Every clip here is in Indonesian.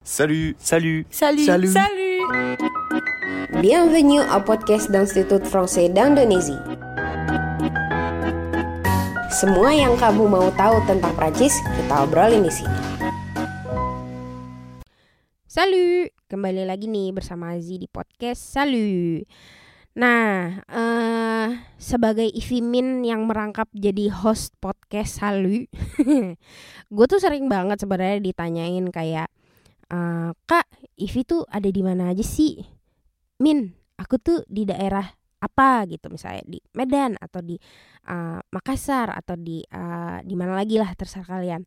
Salut, salut, Salut. salut. Salut. Bienvenue au podcast d'Institut Français d'Indonésie. Semua yang kamu mau tahu tentang Prancis, kita obrolin di sini. Salut. Kembali lagi nih bersama Azi di podcast Salut. Nah, sebagai Ivimin yang merangkap jadi host podcast Salut, gue tuh sering banget sebenarnya ditanyain kayak, Kak, Ivi tuh ada di mana aja sih? Min, aku tuh di daerah apa gitu, misalnya di Medan atau di Makassar atau di mana lagi lah, terserah kalian.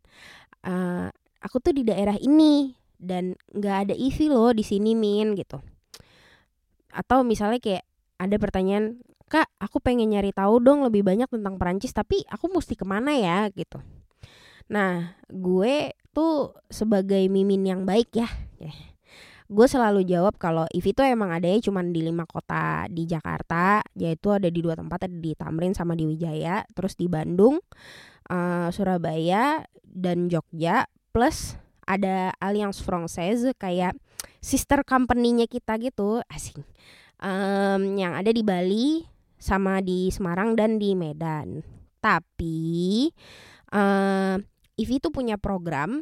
Aku tuh di daerah ini dan nggak ada Ivi loh di sini Min gitu. Atau misalnya kayak ada pertanyaan, Kak, aku pengen nyari tahu dong lebih banyak tentang Perancis, tapi aku mesti kemana ya gitu. Nah, gue tuh sebagai mimin yang baik ya, gue selalu jawab kalau Ivi tuh emang adanya cuma di 5 kota di Jakarta, yaitu ada di 2 tempat, ada di Tamrin sama di Wijaya, terus di Bandung, Surabaya dan Jogja, plus ada Alliance Française kayak sister company-nya kita gitu, asing, yang ada di Bali sama di Semarang dan di Medan. Tapi Ivi tuh punya program,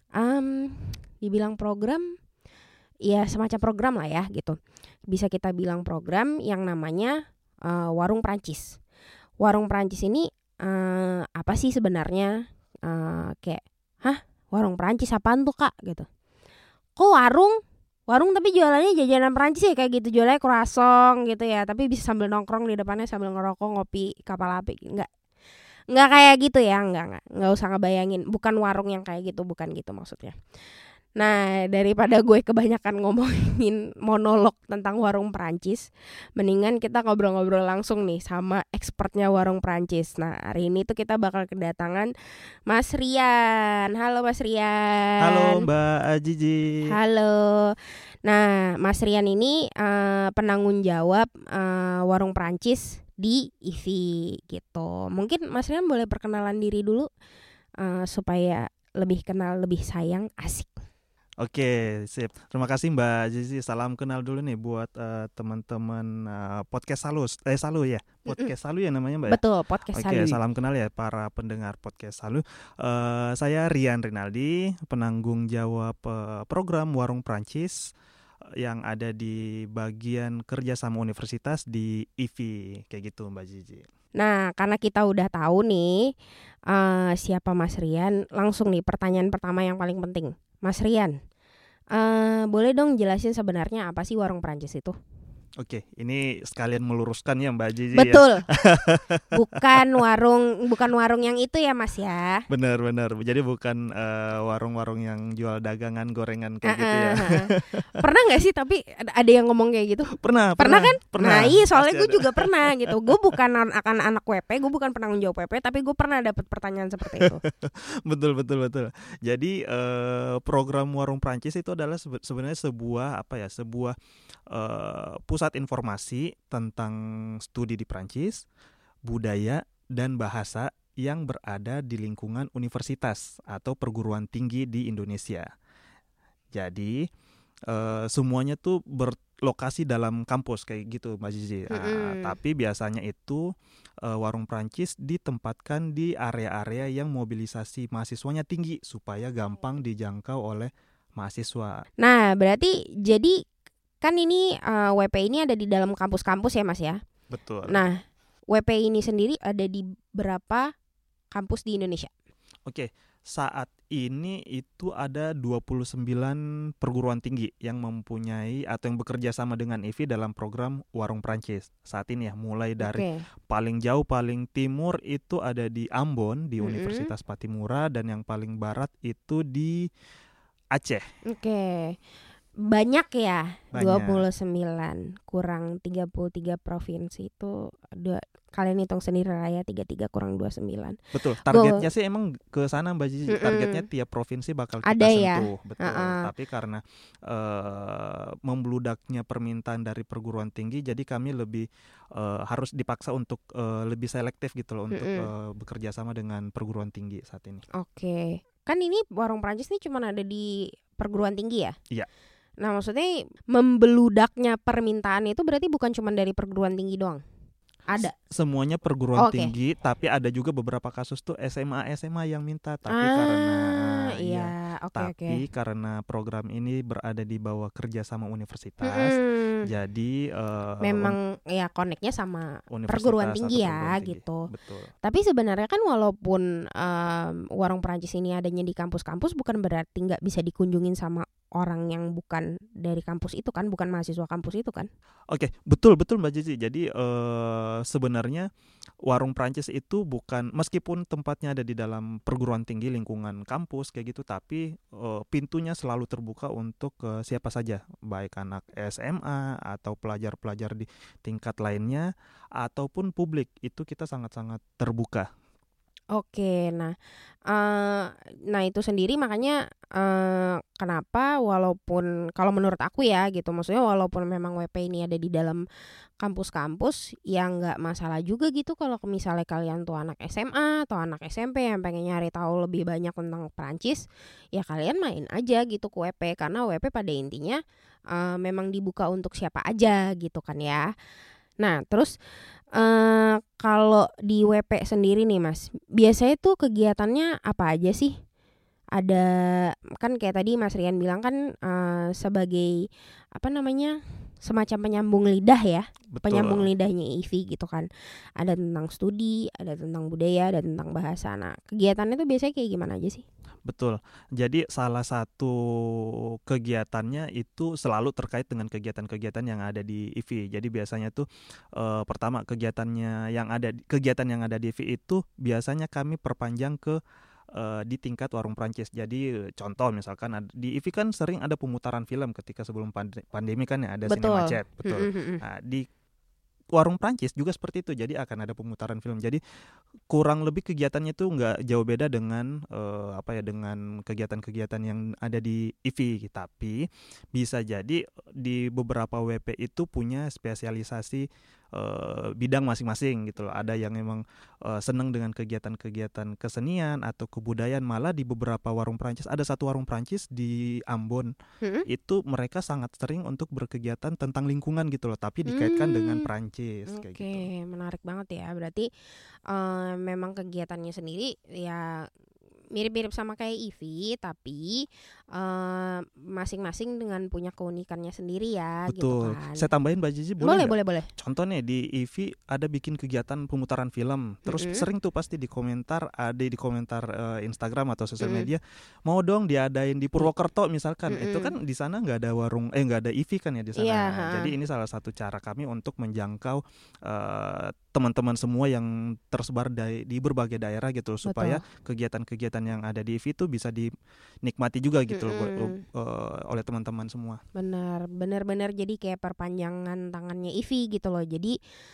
dibilang program, ya semacam program lah ya gitu. Bisa kita bilang program yang namanya Warung Prancis. Warung Prancis ini apa sih sebenarnya? Kayak, warung Prancis apaan tuh Kak gitu. Kok warung tapi jualannya jajanan Prancis ya, kayak gitu, jualannya croissant gitu ya, tapi bisa sambil nongkrong di depannya sambil ngerokok, ngopi kapal api. Enggak kayak gitu ya, enggak usah ngebayangin, bukan warung yang kayak gitu, bukan gitu maksudnya. Nah, daripada gue kebanyakan ngomongin monolog tentang warung Prancis, mendingan kita ngobrol-ngobrol langsung nih sama expertnya warung Prancis. Nah, hari ini tuh kita bakal kedatangan Mas Rian. Halo Mas Rian. Halo Mbak Ajiji. Halo. Nah, Mas Rian ini penanggung jawab warung Prancis di Ivi gitu. Mungkin Mas Rian boleh perkenalan diri dulu supaya lebih kenal, lebih sayang, asik. Oke, sip. Terima kasih Mbak Ajiji. Salam kenal dulu nih buat teman-teman podcast Salu ya. Podcast Salu ya namanya Mbak. Betul, podcast Oke, Salu. salam kenal ya para pendengar podcast Salu. Saya Rian Rinaldi, penanggung jawab program Warung Prancis yang ada di bagian kerjasama universitas di IVI, kayak gitu Mbak Jiji. Nah, karena kita udah tahu nih siapa Mas Rian, langsung nih pertanyaan pertama yang paling penting. Mas Rian, boleh dong jelasin sebenarnya apa sih warung Prancis itu? Oke, ini sekalian meluruskan ya Mbak Jiji. Betul. Ya. bukan warung yang itu ya Mas ya. Benar. Jadi bukan warung-warung yang jual dagangan gorengan kayak gitu ya. Pernah nggak sih tapi ada yang ngomong kayak gitu? Pernah kan? Pernah. Nah iya, soalnya gue Pasti juga pernah gitu. Gue bukan anak WP, gue bukan penanggung jawab WP, tapi gue pernah dapat pertanyaan seperti itu. Betul. Jadi program Warung Prancis itu adalah sebenarnya sebuah pusat informasi tentang studi di Prancis, budaya dan bahasa yang berada di lingkungan universitas atau perguruan tinggi di Indonesia. Jadi semuanya tuh berlokasi dalam kampus kayak gitu Mbak Zizi. Tapi biasanya itu Warung Prancis ditempatkan di area-area yang mobilisasi mahasiswanya tinggi supaya gampang dijangkau oleh mahasiswa. Nah, berarti jadi kan ini WP ini ada di dalam kampus-kampus ya Mas ya? Betul. Nah, WP ini sendiri ada di berapa kampus di Indonesia? Oke, saat ini itu ada 29 perguruan tinggi yang mempunyai atau yang bekerja sama dengan IVI dalam program Warung Prancis. Saat ini ya, mulai dari paling jauh, paling timur itu ada di Ambon, di Universitas Patimura, dan yang paling barat itu di Aceh. Oke. Banyak ya, Banyak. 29 kurang 33 provinsi itu kalian hitung sendiri lah ya, 33 kurang 29. Betul, targetnya sih emang ke sana Mbak Zizi. Targetnya tiap provinsi bakal kita ada sentuh, ya? Betul. Tapi karena membludaknya permintaan dari perguruan tinggi, jadi kami lebih harus dipaksa untuk lebih selektif gitu loh untuk bekerja sama dengan perguruan tinggi saat ini. Oke. Kan ini Warung Prancis nih cuma ada di perguruan tinggi ya? Iya. Nah maksudnya membeludaknya permintaan itu berarti bukan cuma dari perguruan tinggi doang? Ada? Semuanya perguruan Oke. tinggi, tapi ada juga beberapa kasus tuh SMA yang minta, tapi karena program ini berada di bawah kerjasama universitas, jadi memang ya koneknya sama universitas perguruan atau tinggi ya perguruan tinggi. gitu. Betul. Tapi sebenarnya kan walaupun warung Perancis ini adanya di kampus-kampus, bukan berarti nggak bisa dikunjungin sama orang yang bukan dari kampus itu kan, bukan mahasiswa kampus itu kan? Oke, betul Mbak Zizi. Jadi sebenarnya warung Prancis itu bukan, meskipun tempatnya ada di dalam perguruan tinggi lingkungan kampus kayak gitu, tapi pintunya selalu terbuka untuk siapa saja, baik anak SMA atau pelajar-pelajar di tingkat lainnya ataupun publik, itu kita sangat-sangat terbuka. Oke, nah itu sendiri makanya kenapa walaupun kalau menurut aku ya gitu, maksudnya walaupun memang WP ini ada di dalam kampus-kampus, ya nggak masalah juga gitu kalau misalnya kalian tuh anak SMA atau anak SMP yang pengen nyari tahu lebih banyak tentang Perancis, ya kalian main aja gitu ke WP, karena WP pada intinya memang dibuka untuk siapa aja gitu kan ya. Nah terus kalau di WP sendiri nih Mas, biasanya tuh kegiatannya apa aja sih? Ada kan kayak tadi Mas Rian bilang kan sebagai semacam penyambung lidah ya. Betul. Penyambung lidahnya IVI gitu kan. Ada tentang studi, ada tentang budaya, ada tentang bahasa. Nah kegiatannya tuh biasanya kayak gimana aja sih? Betul. Jadi salah satu kegiatannya itu selalu terkait dengan kegiatan-kegiatan yang ada di IVI. Jadi biasanya tuh pertama kegiatan yang ada di IVI itu biasanya kami perpanjang ke di tingkat warung Prancis. Jadi contoh misalkan di IVI kan sering ada pemutaran film ketika sebelum pandemi kan ya, ada Cinema Chat. Betul. Nah, di warung Prancis juga seperti itu, jadi akan ada pemutaran film. Jadi kurang lebih kegiatannya itu nggak jauh beda dengan dengan kegiatan-kegiatan yang ada di IVI, tapi bisa jadi di beberapa WP itu punya spesialisasi bidang masing-masing gitu loh. Ada yang memang senang dengan kegiatan-kegiatan kesenian atau kebudayaan. Malah di beberapa warung Prancis, ada satu warung Prancis di Ambon, itu mereka sangat sering untuk berkegiatan tentang lingkungan gitu loh, tapi dikaitkan dengan Prancis. Oke, kayak gitu. Menarik banget ya. Berarti memang kegiatannya sendiri ya mirip-mirip sama kayak IVI, tapi masing-masing dengan punya keunikannya sendiri ya. Betul. Gitu kan. Saya tambahin Mbak Zizi, boleh? Boleh. Contohnya di IVI ada bikin kegiatan pemutaran film. Terus sering tuh pasti di komentar, ada di komentar Instagram atau sosial media, mau dong diadain di Purwokerto misalkan. Itu kan di sana nggak ada warung, nggak ada IVI kan ya di sana. Iya, Jadi ini salah satu cara kami untuk menjangkau teman-teman semua yang tersebar di berbagai daerah gitu, supaya kegiatan-kegiatan yang ada di IVI itu bisa dinikmati juga gitu oleh teman-teman semua. Benar jadi kayak perpanjangan tangannya IVI gitu loh. Jadi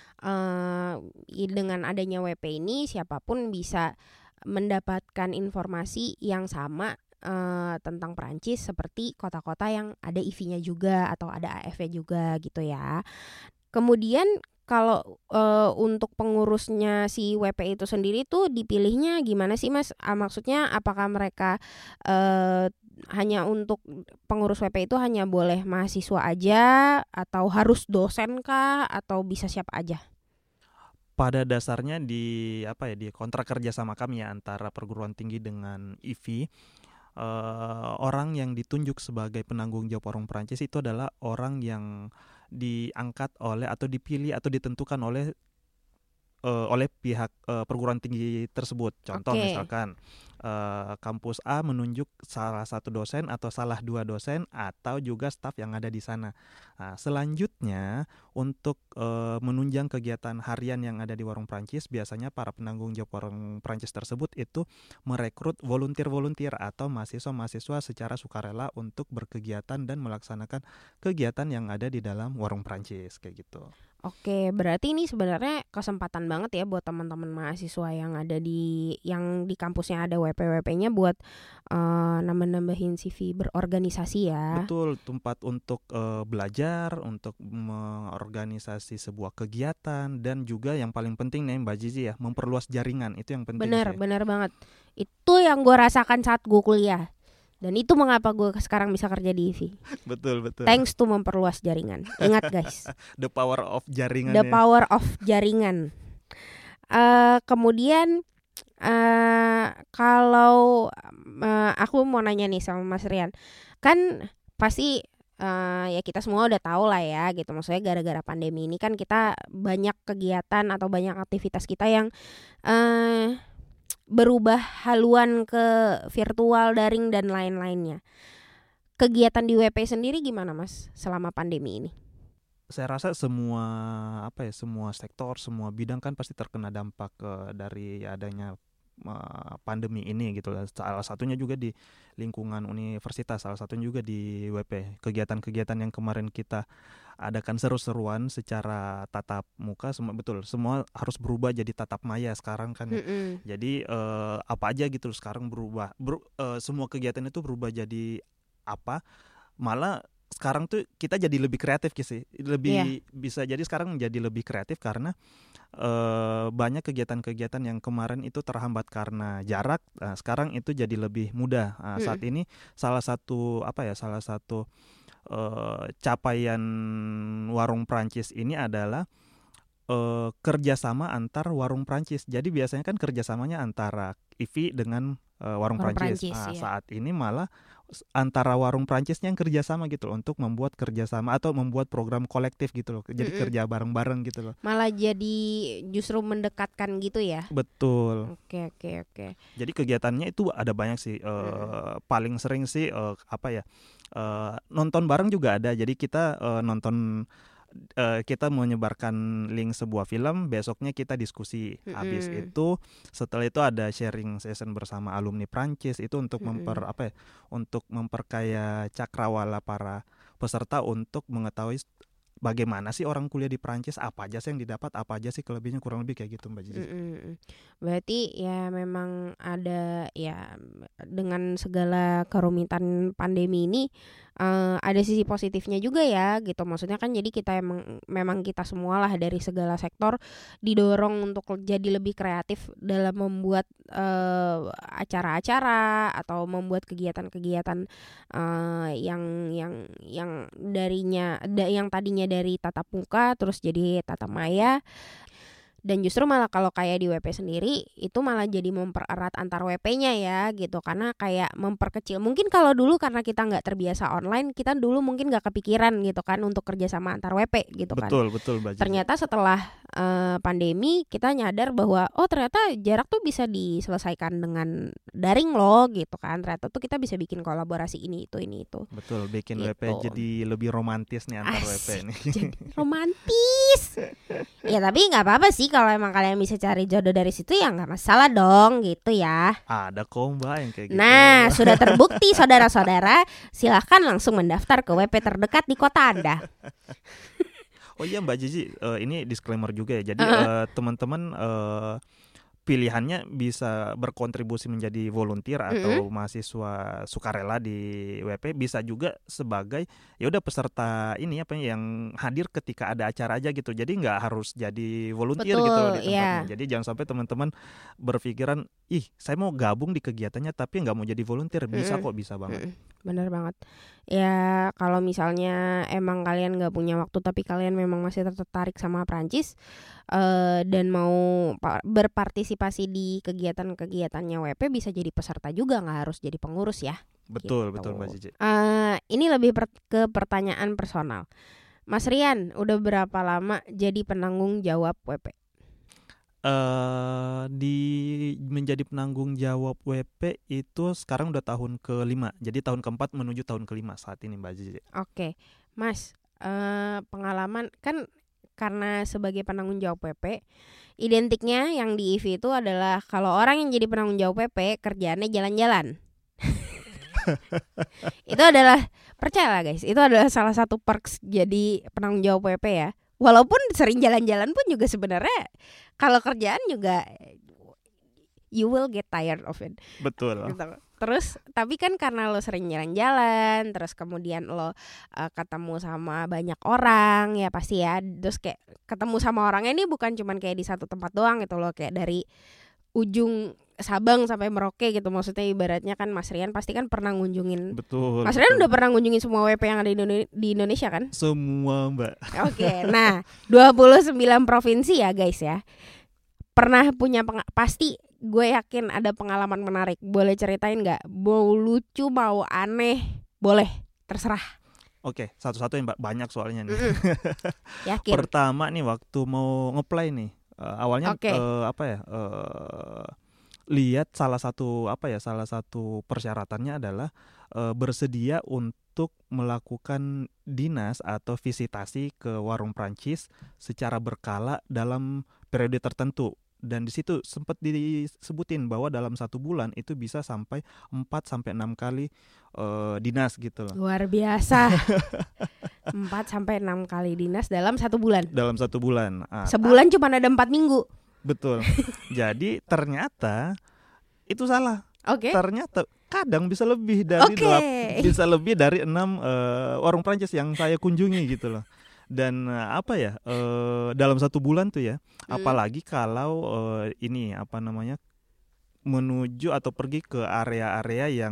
dengan adanya WP ini siapapun bisa mendapatkan informasi yang sama tentang Perancis, seperti kota-kota yang ada IVI-nya juga atau ada AF-nya juga gitu ya. Kemudian kalau untuk pengurusnya si WP itu sendiri tuh dipilihnya gimana sih Mas? Maksudnya apakah mereka hanya untuk pengurus WP itu hanya boleh mahasiswa aja, atau harus dosen kah, atau bisa siapa aja? Pada dasarnya di kontrak kerja sama kami ya, antara perguruan tinggi dengan IVI, orang yang ditunjuk sebagai penanggung jawab warung Perancis itu adalah orang yang diangkat oleh atau dipilih atau ditentukan oleh pihak perguruan tinggi tersebut. Contoh misalkan kampus A menunjuk salah satu dosen atau salah dua dosen atau juga staf yang ada di sana. Nah, selanjutnya untuk menunjang kegiatan harian yang ada di warung Prancis, biasanya para penanggung jawab warung Prancis tersebut itu merekrut volunteer atau mahasiswa-mahasiswa secara sukarela untuk berkegiatan dan melaksanakan kegiatan yang ada di dalam warung Prancis kayak gitu. Oke, berarti ini sebenarnya kesempatan banget ya buat teman-teman mahasiswa yang ada di kampusnya ada WP-WP-nya buat nambah-nambahin CV berorganisasi ya. Betul, tempat untuk belajar, untuk mengorganisasi sebuah kegiatan, dan juga yang paling penting nih Mbak Zizi ya, memperluas jaringan, itu yang penting. Bener banget. Itu yang gue rasakan saat gue kuliah. Dan itu mengapa gue sekarang bisa kerja di IVI. Betul. Thanks to memperluas jaringan. Ingat guys. The power of jaringan. The power of jaringan. Kemudian kalau aku mau nanya nih sama Mas Rian, kan pasti ya kita semua udah tahu lah ya gitu. Maksudnya gara-gara pandemi ini kan kita banyak kegiatan atau banyak aktivitas kita yang berubah haluan ke virtual, daring dan lain-lainnya. Kegiatan di WP sendiri gimana Mas selama pandemi ini? Saya rasa semua sektor, semua bidang kan pasti terkena dampak dari adanya pandemi ini gitu. Salah satunya juga di lingkungan universitas, salah satunya juga di WP. Kegiatan-kegiatan yang kemarin kita adakan seru-seruan secara tatap muka, semua harus berubah jadi tatap maya sekarang kan ya. Jadi apa aja gitu sekarang berubah, semua kegiatan itu berubah jadi apa, malah sekarang tuh kita jadi lebih kreatif sih, bisa jadi sekarang menjadi lebih kreatif karena banyak kegiatan-kegiatan yang kemarin itu terhambat karena jarak, sekarang itu jadi lebih mudah. Saat ini salah satu capaian Warung Prancis ini adalah kerjasama antar warung Prancis. Jadi biasanya kan kerjasamanya antara IVI dengan warung Prancis. Saat ini malah antara warung Prancisnya yang kerjasama gitu loh, untuk membuat kerjasama atau membuat program kolektif gitu loh. Jadi kerja bareng-bareng gitu loh. Malah jadi justru mendekatkan gitu ya. Betul. Oke. Jadi kegiatannya itu ada banyak sih. Paling sering sih nonton bareng juga ada. Jadi kita kita menyebarkan link sebuah film, besoknya kita diskusi. Habis itu setelah itu ada sharing session bersama alumni Prancis itu untuk untuk memperkaya cakrawala para peserta untuk mengetahui bagaimana sih orang kuliah di Prancis, apa aja sih yang didapat, apa aja sih kelebihannya, kurang lebih kayak gitu Mbak Gigi. Berarti ya memang ada ya, dengan segala kerumitan pandemi ini ada sisi positifnya juga ya gitu. Maksudnya kan jadi kita memang kita semualah dari segala sektor didorong untuk jadi lebih kreatif dalam membuat acara-acara atau membuat kegiatan-kegiatan yang tadinya dari tatap muka terus jadi tatap maya. Dan justru malah kalau kayak di WP sendiri itu malah jadi mempererat antar WP-nya ya gitu, karena kayak memperkecil. Mungkin kalau dulu karena kita nggak terbiasa online, kita dulu mungkin nggak kepikiran gitu kan untuk kerjasama antar WP gitu kan. Betul Mbak Gigi. Ternyata setelah pandemi kita nyadar bahwa ternyata jarak tuh bisa diselesaikan dengan daring loh gitu kan. Ternyata tuh kita bisa bikin kolaborasi ini itu. Betul, bikin gitu. WP jadi lebih romantis nih antar WP nih. Jadi romantis. Ya tapi nggak apa-apa sih kalau emang kalian bisa cari jodoh dari situ ya nggak masalah dong gitu ya. Ada kok Mbak yang kayak gitu. Nah sudah terbukti saudara-saudara, silahkan langsung mendaftar ke WP terdekat di kota Anda. Oh iya Mbak Gigi, ini disclaimer juga ya. Jadi teman-teman pilihannya bisa berkontribusi menjadi volunteer atau mahasiswa sukarela di WP, bisa juga sebagai ya udah peserta ini yang hadir ketika ada acara aja gitu. Jadi nggak harus jadi volunteer gitu loh di tempatnya. Jadi jangan sampai teman-teman berpikiran saya mau gabung di kegiatannya tapi nggak mau jadi volunteer. Bisa kok, bisa banget. Bener banget. Ya kalau misalnya emang kalian nggak punya waktu tapi kalian memang masih tertarik sama Prancis dan mau berpartisipasi di kegiatan-kegiatannya WP, bisa jadi peserta juga, nggak harus jadi pengurus ya. Betul Mbak Cici. Ini lebih ke pertanyaan personal. Mas Rian udah berapa lama jadi penanggung jawab WP? Menjadi penanggung jawab WP itu sekarang udah tahun ke-5. Jadi tahun ke-4 menuju tahun ke-5 saat ini Mbak Cici. Oke. Mas, pengalaman kan karena sebagai penanggung jawab WP, identiknya yang di IVI itu adalah kalau orang yang jadi penanggung jawab WP kerjaannya jalan-jalan. Itu adalah, percayalah guys, itu adalah salah satu perks jadi penanggung jawab WP ya. Walaupun sering jalan-jalan pun juga sebenarnya kalau kerjaan juga you will get tired of it. Betul. Gitu. Terus tapi kan karena lo sering jalan-jalan, terus kemudian lo ketemu sama banyak orang ya pasti ya. Terus kayak ketemu sama orangnya ini bukan cuman kayak di satu tempat doang gitu loh, kayak dari ujung Sabang sampai Merauke gitu, maksudnya ibaratnya kan Mas Rian pasti kan pernah ngunjungin. Betul. Mas Rian udah pernah ngunjungin semua WP yang ada di Indonesia kan? Semua, Mbak. Oke, nah 29 provinsi ya guys ya. Pernah punya pasti gue yakin ada pengalaman menarik. Boleh ceritain nggak? Mau lucu, mau aneh, boleh, terserah. Oke, satu-satu ya Mbak, banyak soalnya nih. Yakin. Pertama nih waktu mau ngeplay nih, awalnya lihat salah satu persyaratannya adalah bersedia untuk melakukan dinas atau visitasi ke warung Prancis secara berkala dalam periode tertentu. Dan di situ sempat disebutin bahwa dalam 1 bulan itu bisa sampai 4-6 kali dinas gitu loh. Luar biasa. 4-6 kali dinas dalam 1 bulan. Dalam 1 bulan. Sebulan cuma ada 4 minggu. Betul. Jadi ternyata itu salah. Oke. Ternyata kadang bisa lebih dari 6 warung Prancis yang saya kunjungi gitu loh. Dan dalam 1 bulan tuh ya, apalagi kalau menuju atau pergi ke area-area yang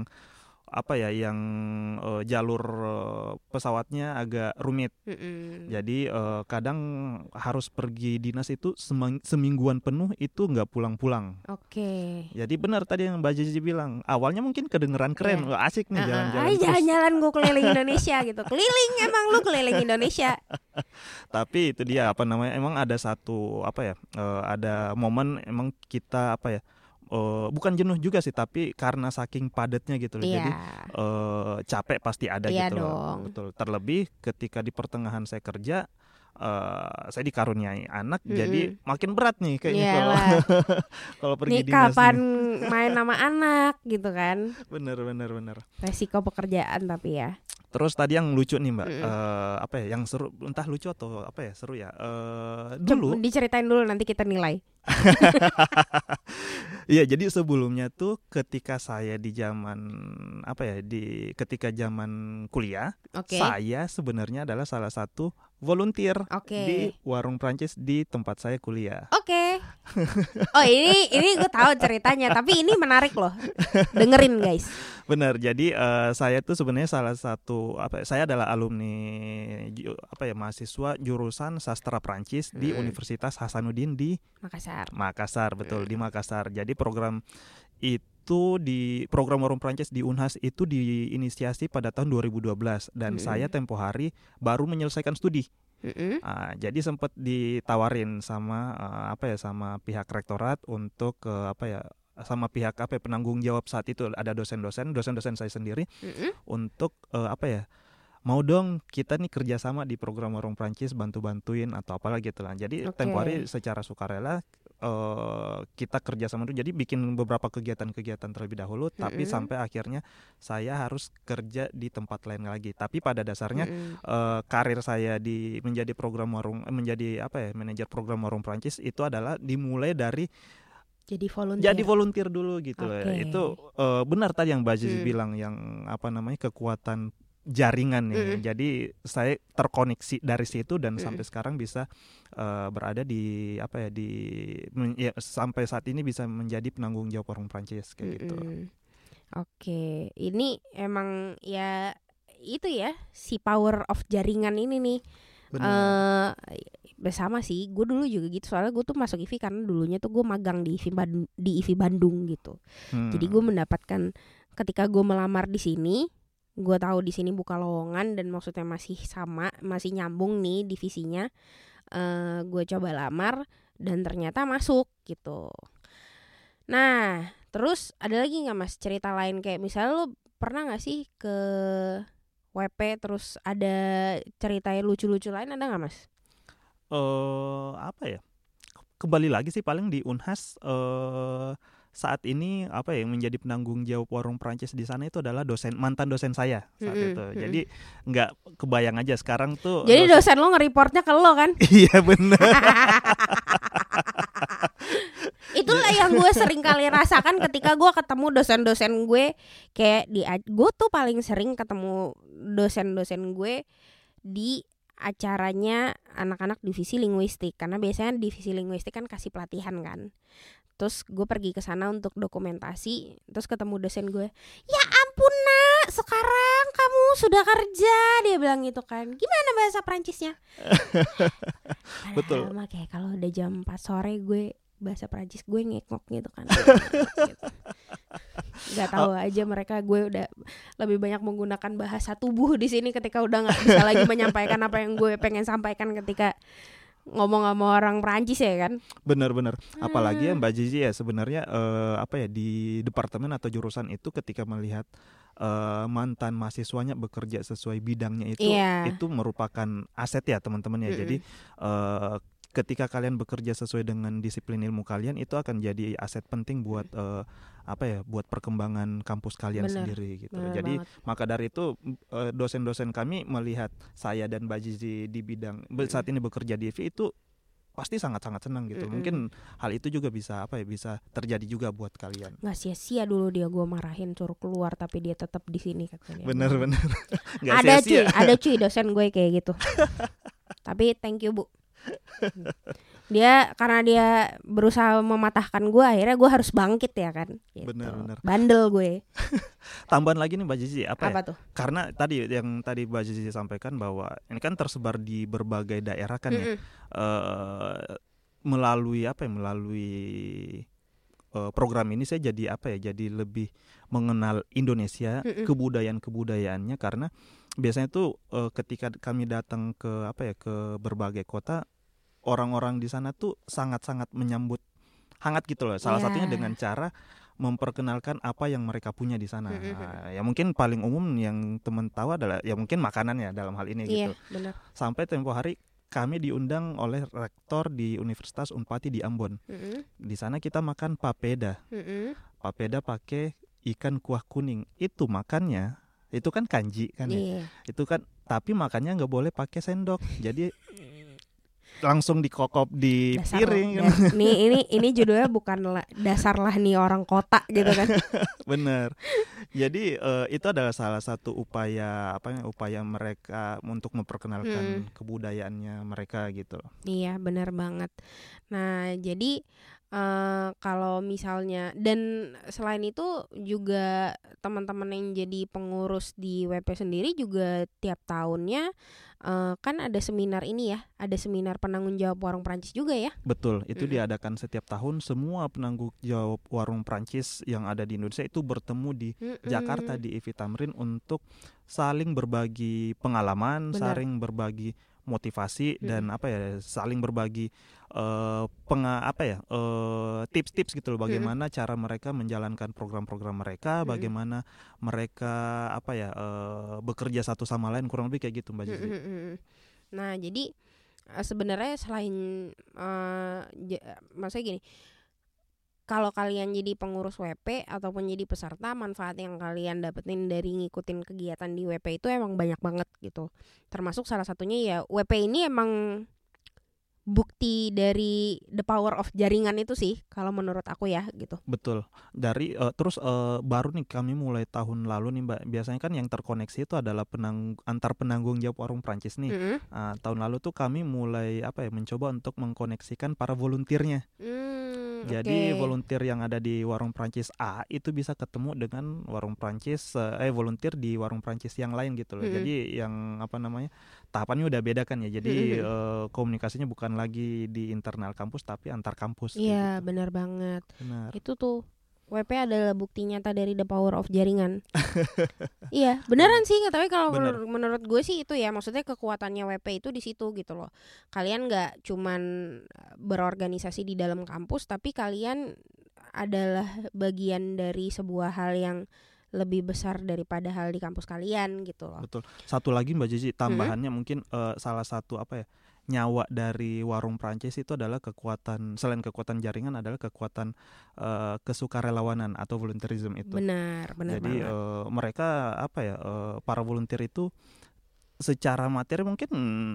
jalur pesawatnya agak rumit. Jadi kadang harus pergi dinas itu semingguan penuh itu nggak pulang-pulang. Oke. Jadi benar tadi yang Mbak Jiji bilang, awalnya mungkin kedengeran keren, asik nih jalan-jalan. Jalan-jalan gue keliling Indonesia gitu. Keliling emang lu keliling Indonesia. Tapi itu dia emang ada satu ada momen emang kita bukan jenuh juga sih, tapi karena saking padatnya gitu loh. Jadi capek pasti ada gitu loh. Betul. Terlebih ketika di pertengahan saya kerja, saya dikaruniai anak, jadi makin berat nih kayaknya kalau pergi dinas. Kapan main sama anak gitu kan. Bener. Resiko pekerjaan tapi ya. Terus tadi yang lucu nih Mbak, yang seru, entah lucu atau seru ya. Dulu diceritain dulu nanti kita nilai. Iya, jadi sebelumnya tuh ketika saya di zaman ketika zaman kuliah, saya sebenarnya adalah salah satu volunteer di warung Prancis di tempat saya kuliah. Oh ini gue tahu ceritanya, tapi ini menarik loh, dengerin guys. Benar, jadi saya tuh sebenarnya salah satu saya adalah alumni mahasiswa jurusan sastra Prancis di Universitas Hasanuddin di Makassar, betul, di Makassar. Jadi program warung Prancis di Unhas itu diinisiasi pada tahun 2012 dan saya tempo hari baru menyelesaikan studi. Jadi sempat ditawarin sama sama pihak rektorat untuk sama pihak penanggung jawab saat itu, ada dosen-dosen saya sendiri untuk mau dong kita nih kerjasama di program warung Prancis, bantu-bantuin atau apalah gitu lah. Jadi tempo hari secara sukarela kita kerjasama dulu, jadi bikin beberapa kegiatan-kegiatan terlebih dahulu, tapi sampai akhirnya saya harus kerja di tempat lain lagi. Tapi pada dasarnya karir saya menjadi manajer program warung Prancis itu adalah dimulai dari jadi volunteer dulu gitu loh. Itu benar tadi yang Mbak Zizi bilang, yang kekuatan jaringan nih. Jadi saya terkoneksi dari situ dan sampai sekarang bisa berada sampai saat ini bisa menjadi penanggung jawab warung Prancis kayak gitu. Oke, ini emang ya itu ya, si power of jaringan ini nih. Bersama sih, gue dulu juga gitu, soalnya gue tuh masuk IVI karena dulunya tuh gue magang di IVI Bandung gitu. Jadi gue mendapatkan, ketika gue melamar di sini, gue tahu di sini buka lowongan dan maksudnya masih nyambung nih divisinya. Gue coba lamar dan ternyata masuk gitu. Nah, terus ada lagi nggak Mas cerita lain, kayak misalnya lo pernah nggak sih ke WP terus ada ceritanya lucu-lucu lain, ada nggak Mas? Kembali lagi sih paling di Unhas saat ini yang menjadi penanggung jawab warung Prancis di sana itu adalah mantan dosen saya saat itu. Jadi nggak kebayang aja sekarang tuh. Jadi dosen lo nge-reportnya ke lo kan? Iya benar. Itulah yang gue sering kali rasakan ketika gue ketemu dosen-dosen gue, kayak gue tuh paling sering ketemu dosen-dosen gue di acaranya anak-anak divisi linguistik, karena biasanya divisi linguistik kan kasih pelatihan kan. Terus gue pergi ke sana untuk dokumentasi. Terus ketemu dosen gue. Ya ampun nak, sekarang kamu sudah kerja, dia bilang gitu kan. Gimana bahasa Prancisnya? Betul. Kayak kalau udah jam 4 sore gue bahasa Prancis gue ngekok gitu kan. Gitu. Gak tahu aja mereka, gue udah lebih banyak menggunakan bahasa tubuh di sini ketika udah nggak bisa lagi menyampaikan apa yang gue pengen sampaikan ketika ngomong sama orang Prancis ya kan. Benar-benar. Apalagi ya Mbak Zizi ya sebenarnya di departemen atau jurusan itu ketika melihat mantan mahasiswanya bekerja sesuai bidangnya itu merupakan aset ya teman-teman ya. Jadi ketika kalian bekerja sesuai dengan disiplin ilmu kalian itu akan jadi aset penting buat buat perkembangan kampus kalian sendiri gitu. Jadi banget. Maka dari itu dosen-dosen kami melihat saya dan Mbak Zizi di bidang saat ini bekerja di IVI itu pasti sangat-sangat senang gitu. Mungkin hal itu juga bisa bisa terjadi juga buat kalian. Nggak sia-sia dulu dia gue marahin suruh keluar tapi dia tetap di sini katanya. Bener-bener. Ada cuy dosen gue kayak gitu. Tapi thank you Bu. Dia karena dia berusaha mematahkan gue, akhirnya gue harus bangkit ya kan gitu. Bener. Bandel gue. Tambahan lagi nih Mbak Zizi apa tuh? Karena tadi Mbak Zizi sampaikan bahwa ini kan tersebar di berbagai daerah kan ya. Melalui program ini saya jadi lebih mengenal Indonesia, kebudayaan-kebudayaannya, karena biasanya tuh ketika kami datang ke ke berbagai kota, orang-orang di sana tuh sangat-sangat menyambut hangat gitu loh. Salah satunya dengan cara memperkenalkan apa yang mereka punya di sana. Ya mungkin paling umum yang teman tahu adalah ya mungkin makanan ya dalam hal ini gitu. Benar. Sampai tempo hari kami diundang oleh rektor di Universitas Unpati di Ambon. Di sana kita makan papeda. Papeda pakai ikan kuah kuning. Itu makannya itu kan kanji kan ya. Itu kan tapi makannya nggak boleh pakai sendok. Jadi langsung dikokop di piring. Ini judulnya bukan dasar lah nih orang kota gitu kan. Bener. Jadi itu adalah salah satu upaya mereka untuk memperkenalkan kebudayaannya mereka gitu. Iya benar banget. Nah jadi kalau misalnya, dan selain itu juga teman-teman yang jadi pengurus di WP sendiri juga tiap tahunnya kan ada seminar ini ya, ada seminar penanggung jawab warung Prancis juga ya. Betul, itu diadakan setiap tahun. Semua penanggung jawab warung Prancis yang ada di Indonesia itu bertemu di Jakarta di IVI Tamrin untuk saling berbagi pengalaman, saling berbagi motivasi dan saling berbagi tips-tips gitu loh, bagaimana cara mereka menjalankan program-program mereka, bagaimana mereka bekerja satu sama lain, kurang lebih kayak gitu Mbak Zizi. Nah jadi sebenarnya selain maksudnya gini, kalau kalian jadi pengurus WP ataupun jadi peserta, manfaat yang kalian dapetin dari ngikutin kegiatan di WP itu emang banyak banget gitu. Termasuk salah satunya ya WP ini emang bukti dari the power of jaringan itu sih kalau menurut aku ya gitu. Betul. Dari terus baru nih kami mulai tahun lalu nih Mbak. Biasanya kan yang terkoneksi itu adalah antar penanggung jawab warung Prancis nih. Tahun lalu tuh kami mulai mencoba untuk mengkoneksikan para volunteernya. Jadi volunteer yang ada di warung Prancis A itu bisa ketemu dengan warung Prancis volunteer di warung Prancis yang lain gitu loh. Jadi yang tahapannya udah beda kan ya. Jadi komunikasinya bukan lagi di internal kampus tapi antar kampus. Iya gitu. benar banget. Benar. Itu tuh WP adalah bukti nyata dari the power of jaringan. Iya beneran sih, tapi kalau menurut gue sih itu ya, maksudnya kekuatannya WP itu di situ gitu loh. Kalian nggak cuman berorganisasi di dalam kampus, tapi kalian adalah bagian dari sebuah hal yang lebih besar daripada hal di kampus kalian gitu loh. Betul. Satu lagi Mbak Zizi, tambahannya mungkin salah satu nyawa dari warung Prancis itu adalah kekuatan, selain kekuatan jaringan adalah kekuatan kesukarelawanan atau volunteerism itu. Benar Jadi banget. mereka para volunteer itu secara materi mungkin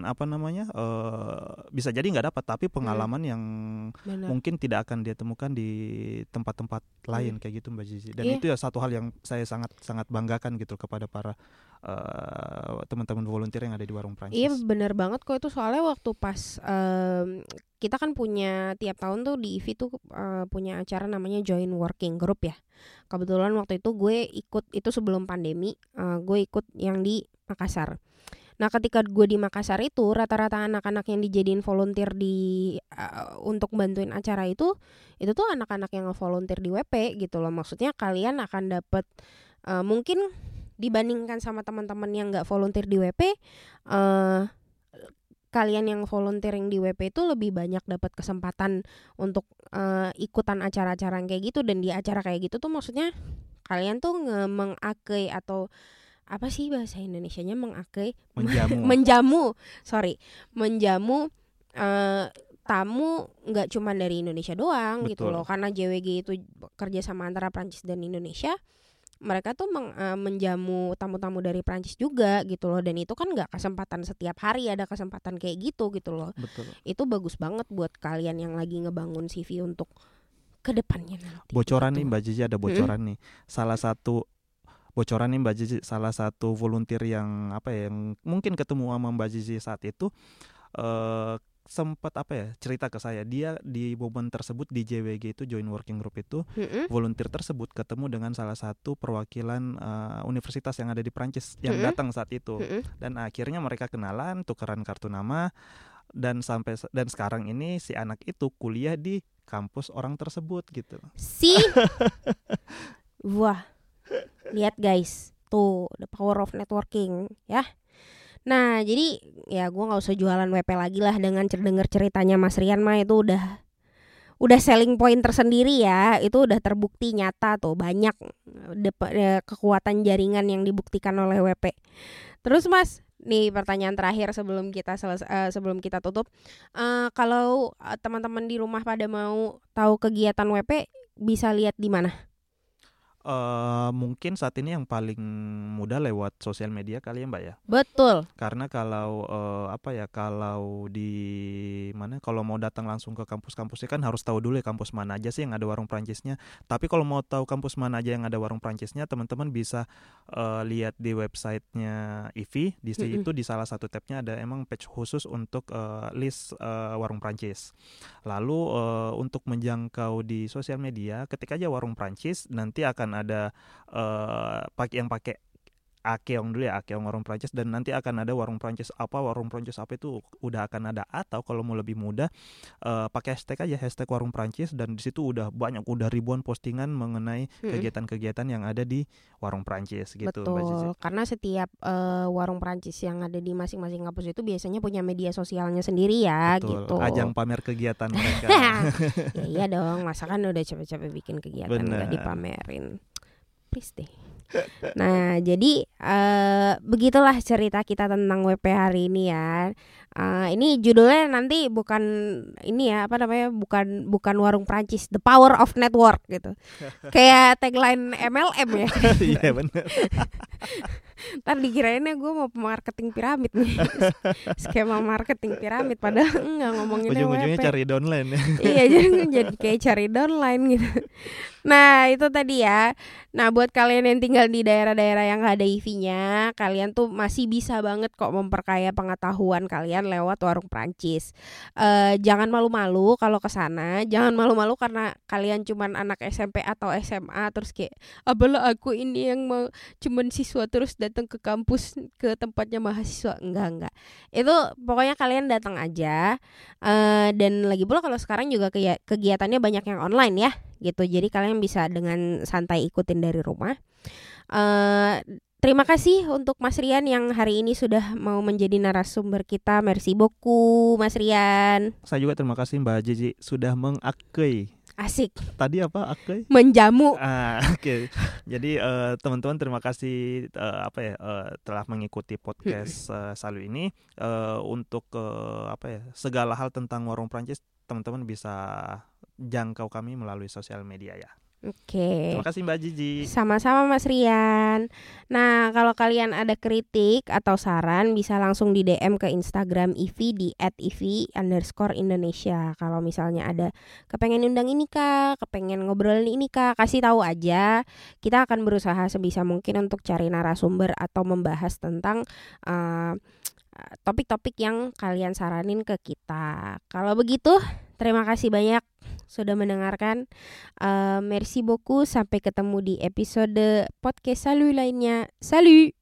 bisa jadi nggak dapat, tapi pengalaman yang mungkin tidak akan dia temukan di tempat-tempat lain kayak gitu Mbak Zizi. Dan itu ya satu hal yang saya sangat banggakan gitu kepada para teman-teman volunteer yang ada di warung Prancis. Iya benar banget kok, itu soalnya waktu pas kita kan punya tiap tahun tuh di IVI tuh punya acara namanya Join Working Group ya. Kebetulan waktu itu gue ikut itu sebelum pandemi, gue ikut yang di Makassar. Nah ketika gue di Makassar itu rata-rata anak-anak yang dijadiin volunteer di untuk bantuin acara itu tuh anak-anak yang nge-volunteer di WP gitu loh. Maksudnya kalian akan dapat mungkin dibandingkan sama teman-teman yang nggak volunteer di WP, kalian yang volunteering di WP itu lebih banyak dapat kesempatan untuk ikutan acara-acara yang kayak gitu. Dan di acara kayak gitu tuh maksudnya kalian tuh mengakui atau apa sih bahasa Indonesianya mengakui? menjamu tamu nggak cuma dari Indonesia doang. Betul. Gitu loh, karena JWG itu kerja sama antara Prancis dan Indonesia. Mereka tuh menjamu tamu-tamu dari Prancis juga gitu loh, dan itu kan nggak kesempatan setiap hari ada kesempatan kayak gitu loh. Betul. Itu bagus banget buat kalian yang lagi ngebangun CV untuk kedepannya nanti. Bocoran gitu. nih Mbak Zizi, ada bocoran nih. Salah satu volunteer yang yang mungkin ketemu sama Mbak Zizi saat itu sempat cerita ke saya, dia di momen tersebut di JWG itu Join Working Group itu volunteer tersebut ketemu dengan salah satu perwakilan universitas yang ada di Prancis yang datang saat itu, dan akhirnya mereka kenalan, tukeran kartu nama, dan sekarang ini si anak itu kuliah di kampus orang tersebut gitu. Wah, lihat guys, tuh the power of networking ya. Nah jadi ya gue nggak usah jualan WP lagi lah, dengan denger ceritanya Mas Rian mah itu udah selling point tersendiri ya. Itu udah terbukti nyata tuh, banyak kekuatan jaringan yang dibuktikan oleh WP. Terus Mas, nih pertanyaan terakhir sebelum kita tutup, kalau teman-teman di rumah pada mau tahu kegiatan WP bisa lihat di mana? Mungkin saat ini yang paling mudah lewat sosial media kali ya Mbak ya. Betul. Karena kalau kalau di mana, kalau mau datang langsung ke kampus-kampusnya kan harus tahu dulu ya kampus mana aja sih yang ada warung Prancisnya. Tapi kalau mau tahu kampus mana aja yang ada warung Prancisnya, teman-teman bisa lihat di websitenya IVI. Di situ di salah satu tabnya ada emang page khusus untuk list warung Prancis. Lalu untuk menjangkau di sosial media, ketik aja warung Prancis, nanti akan ada yang pakai Akeong dulu ya, Akeong warung Prancis, dan nanti akan ada warung Prancis apa itu udah akan ada. Atau kalau mau lebih mudah pakai hashtag aja, hashtag warung Prancis, dan di situ udah ribuan postingan mengenai kegiatan-kegiatan yang ada di warung Prancis gitu. Betul, karena setiap warung Prancis yang ada di masing-masing kampus itu biasanya punya media sosialnya sendiri ya. Betul, gitu. Ajang pamer kegiatan mereka. Ya iya dong, masa kan udah capek-capek bikin kegiatan nggak dipamerin, please deh. Nah jadi begitulah cerita kita tentang WP hari ini ya. Ini judulnya nanti bukan ini ya, bukan warung Prancis, the power of network gitu. Kayak tagline MLM ya. Iya benar. Ntar dikirainnya gue mau marketing piramid nih. Skema marketing piramid, padahal enggak, ngomonginnya ujung-ujungnya WP. cari downline ya. Iya, jadi kayak cari downline gitu. Nah itu tadi ya. Nah buat kalian yang tinggal di daerah-daerah yang gak ada IV-nya, kalian tuh masih bisa banget kok memperkaya pengetahuan kalian lewat warung Prancis. Jangan malu-malu kalau kesana. Jangan malu-malu karena kalian cuman anak SMP atau SMA terus kayak apalah aku ini yang mau cuman siswa terus datang ke kampus, ke tempatnya mahasiswa. Enggak. Itu pokoknya kalian datang aja. Dan lagi pula kalau sekarang juga kegiatannya banyak yang online ya gitu. Jadi kalian bisa dengan santai ikutin dari rumah. Terima kasih untuk Mas Rian yang hari ini sudah mau menjadi narasumber kita. Merci beaucoup Mas Rian. Saya juga terima kasih Mbak Zizi sudah mengakui. Asik. Tadi apa akui? Menjamu. Oke. Jadi teman-teman terima kasih telah mengikuti podcast Salu ini. Untuk segala hal tentang warung Prancis, teman-teman bisa jangkau kami melalui sosial media ya. Oke. Terima kasih Mbak Gigi. Sama-sama Mas Rian. Nah, kalau kalian ada kritik atau saran bisa langsung di DM ke Instagram IVI di @ivi_Indonesia. Kalau misalnya ada kepengen undang ini kak, kepengen ngobrolin ini kak, kasih tahu aja. Kita akan berusaha sebisa mungkin untuk cari narasumber atau membahas tentang topik-topik yang kalian saranin ke kita. Kalau begitu, terima kasih banyak sudah mendengarkan. Merci beaucoup. Sampai ketemu di episode podcast Salut lainnya. Salut!